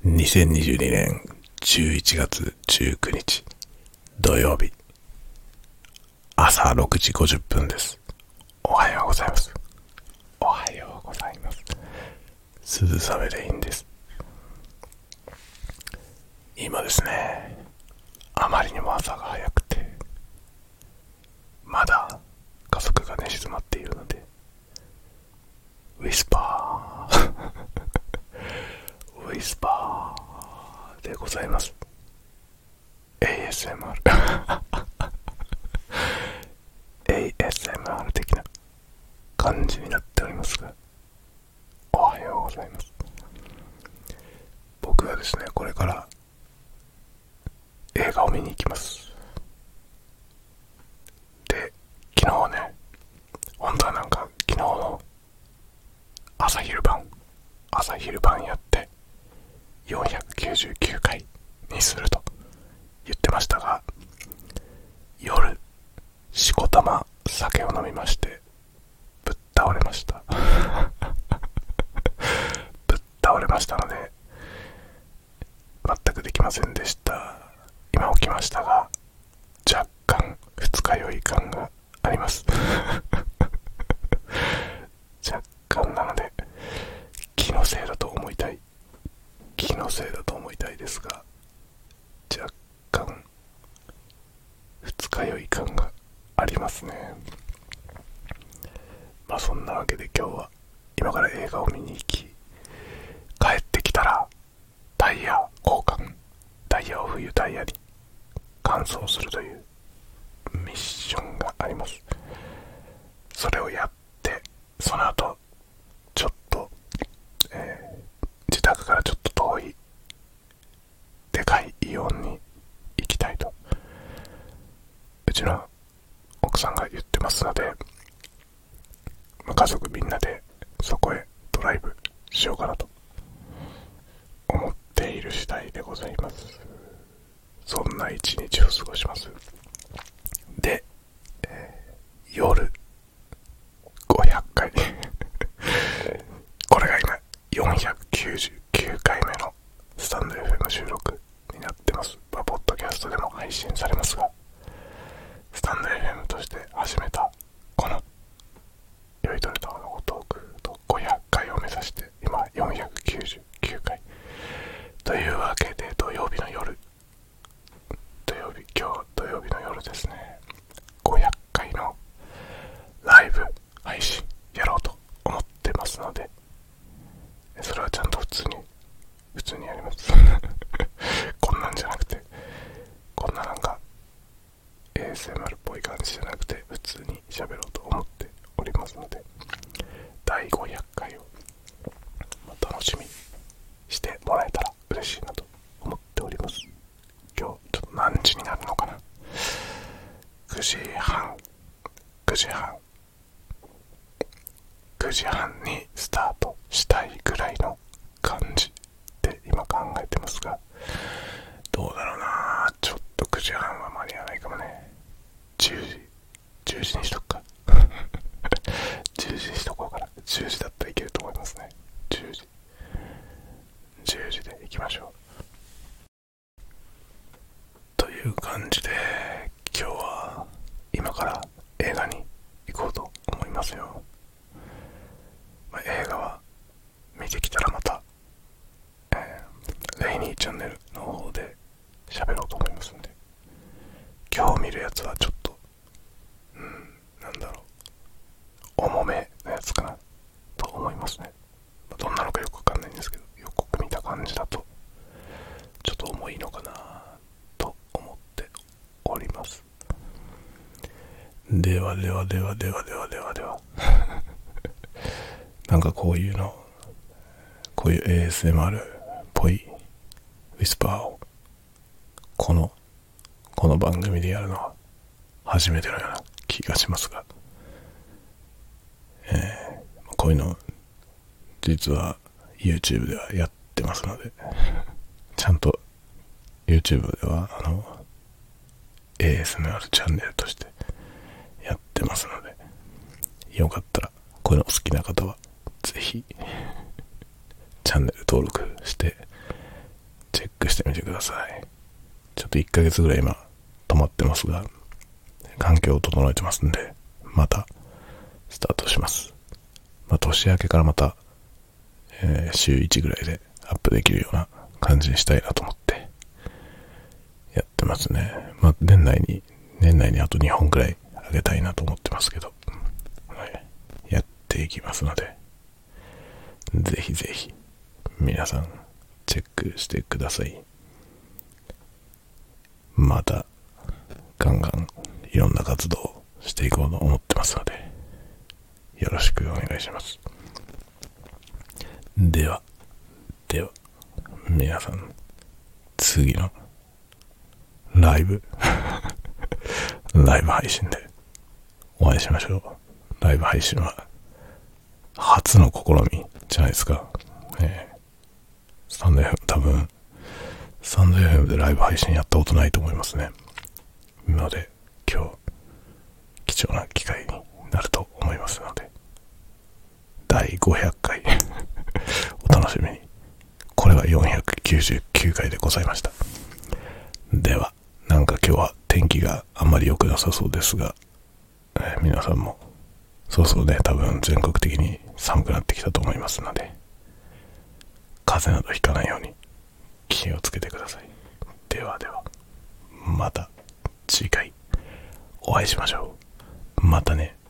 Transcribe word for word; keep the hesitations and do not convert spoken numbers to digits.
にせんにじゅうにねんじゅういちがつじゅうくにち土曜日朝ろくじごじゅっぷんです。おはようございます。おはようございます。鈴雨レインです。今ですね、あまりにも朝が早くてまだ家族が寝静まっているのでウィスパーウィスパーでございます。 エーエスエムアール エーエスエムアール 的な感じになっておりますが、おはようございます。僕はですね、これから映画を見に行きます。で、昨日ね、本当はなんか昨日の朝昼晩朝昼晩やってよんひゃくきゅうじゅうきゅうかいにすると言ってましたが、夜しこたま酒を飲みましてぶっ倒れましたぶっ倒れましたので全くできませんでした。今起きましたが若干二日酔い感があります若干なので気のせいだと思いたい気のせいだと思いたいですが、若干二日酔い感がありますね。まあそんなわけで今日は今から映画を見に行き、帰ってきたらタイヤ交換タイヤを冬タイヤに乾燥するというミッションがあります。それをやってその後ちょっと、えー、自宅からちょっと遠いでかいイオンに行きたいとうちの奥さんが言ってますので、家族みんなでそこへドライブしようかなと思っている次第でございます。そんな一日を過ごします。で、えー、夜ごひゃっかいこれが今よんひゃくきゅうじゅうきゅうかいめのスタンド エフエム 収録になってます。まあ、ポッドキャストでも配信されますが、スタンド エフエム として始めたこの酔いどれたのごトークとごひゃっかいを目指して今よんひゃくきゅうじゅうきゅうかいというわけで、土曜日の夜土曜日今日土曜日の夜ですね、ごひゃっかいのライブ配信やろうと思ってますので、それはちゃんと普通に普通にやりますこんなんじゃなくて、こんななんか エーエスエムアール っぽい感じじゃなくて普通に喋ろうと思っておりますので、だいごひゃっかいを楽しみにしてもらえたら嬉しいなと思っております。今日ちょっと何時になるのかな、くじはんくじはんくじはんにスタートしたいぐらいの感じで今考えてますが、どうだろうな、ちょっとくじはんは間に合わないかもね。じゅうじじゅうじにしとくかじゅうじにしとこうかな。じゅうじだったらいけると思いますね。じゅうじじゅうじでいきましょうという感じで、今日は今から映画に行こうと思いますよ。まあ、映画は見てきたらまた、えー、レイニーチャンネルの方で喋ろうと思いますんで、今日見るやつはちょっとうんなんだろう重めのやつかなと思いますね。まあ、どんなのかよくわかんないんですけど、予告見た感じだとちょっと重いのかなと思っております。ではではではではではではではなんかこういうのこういう エーエスエムアール っぽいウィスパーをこのこの番組でやるのは初めてのような気がしますが、えー、こういうの実は YouTube ではやってますのでちゃんと YouTube ではあの エーエスエムアール チャンネルとしてやってますので、よかったらこういうのお好きな方はぜひチャンネル登録してクしてみてください。ちょっといっかげつぐらい今止まってますが、環境を整えてますんで、またスタートします。まあ、年明けからまた、えー、週いちぐらいでアップできるような感じにしたいなと思ってやってますね。まあ、年内に年内にあとにほんくらいあげたいなと思ってますけど、はい、やっていきますので、ぜひぜひ皆さんチェックしてください。またガンガンいろんな活動をしていこうと思ってますので、よろしくお願いします。ではでは皆さん、次のライブライブ配信でお会いしましょう。ライブ配信は初の試みじゃないですか。えー、スタンド エフエム 多分スタンド エフエム でライブ配信やったことないと思いますね。なので今日貴重な機会になると思いますので、だいごひゃっかいお楽しみに。これはよんひゃくきゅうじゅうきゅうかいでございました。では、なんか今日は天気があんまり良くなさそうですが、えー、皆さんもそうそうね、多分全国的に寒くなってきたと思いますので、風邪などひかないように気をつけてください。ではでは、また次回お会いしましょう。またね。